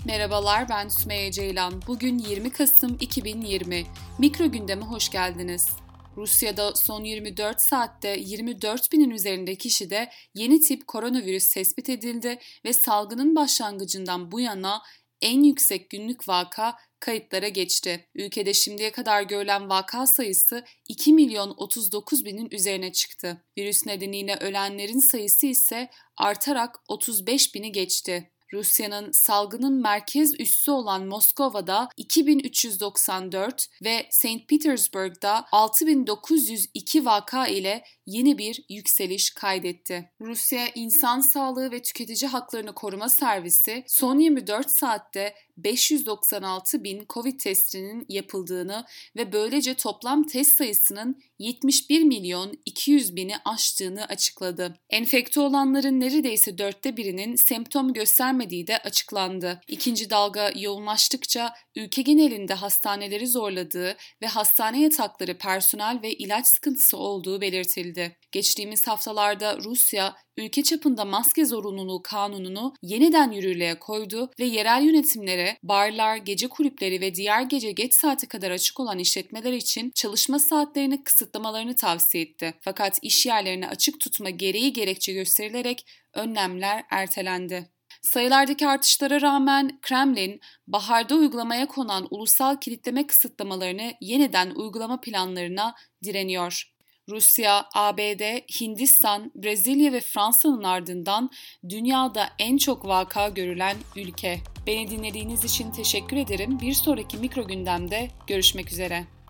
Merhabalar, ben Sümeyye Ceylan. Bugün 20 Kasım 2020. Mikro gündeme hoş geldiniz. Rusya'da son 24 saatte 24 binin üzerinde kişide yeni tip koronavirüs tespit edildi ve salgının başlangıcından bu yana en yüksek günlük vaka kayıtlara geçti. Ülkede şimdiye kadar görülen vaka sayısı 2 milyon 39 binin üzerine çıktı. Virüs nedeniyle ölenlerin sayısı ise artarak 35 bini geçti. Rusya'nın salgının merkez üssü olan Moskova'da 2394 ve St. Petersburg'da 6902 vaka ile yeni bir yükseliş kaydetti. Rusya İnsan Sağlığı ve Tüketici Haklarını Koruma Servisi son 24 saatte 596 bin Covid testinin yapıldığını ve böylece toplam test sayısının 71 milyon 200 bini aştığını açıkladı. Enfekte olanların neredeyse dörtte birinin semptom göstermediği de açıklandı. İkinci dalga yoğunlaştıkça ülke genelinde hastaneleri zorladığı ve hastane yatakları, personel ve ilaç sıkıntısı olduğu belirtildi. Geçtiğimiz haftalarda Rusya, ülke çapında maske zorunluluğu kanununu yeniden yürürlüğe koydu ve yerel yönetimlere barlar, gece kulüpleri ve diğer gece geç saate kadar açık olan işletmeler için çalışma saatlerini kısıtlamalarını tavsiye etti. Fakat iş yerlerini açık tutma gereği gerekçe gösterilerek önlemler ertelendi. Sayılardaki artışlara rağmen Kremlin, baharda uygulamaya konan ulusal kilitleme kısıtlamalarını yeniden uygulama planlarına direniyor. Rusya, ABD, Hindistan, Brezilya ve Fransa'nın ardından dünyada en çok vaka görülen ülke. Beni dinlediğiniz için teşekkür ederim. Bir sonraki mikro gündemde görüşmek üzere.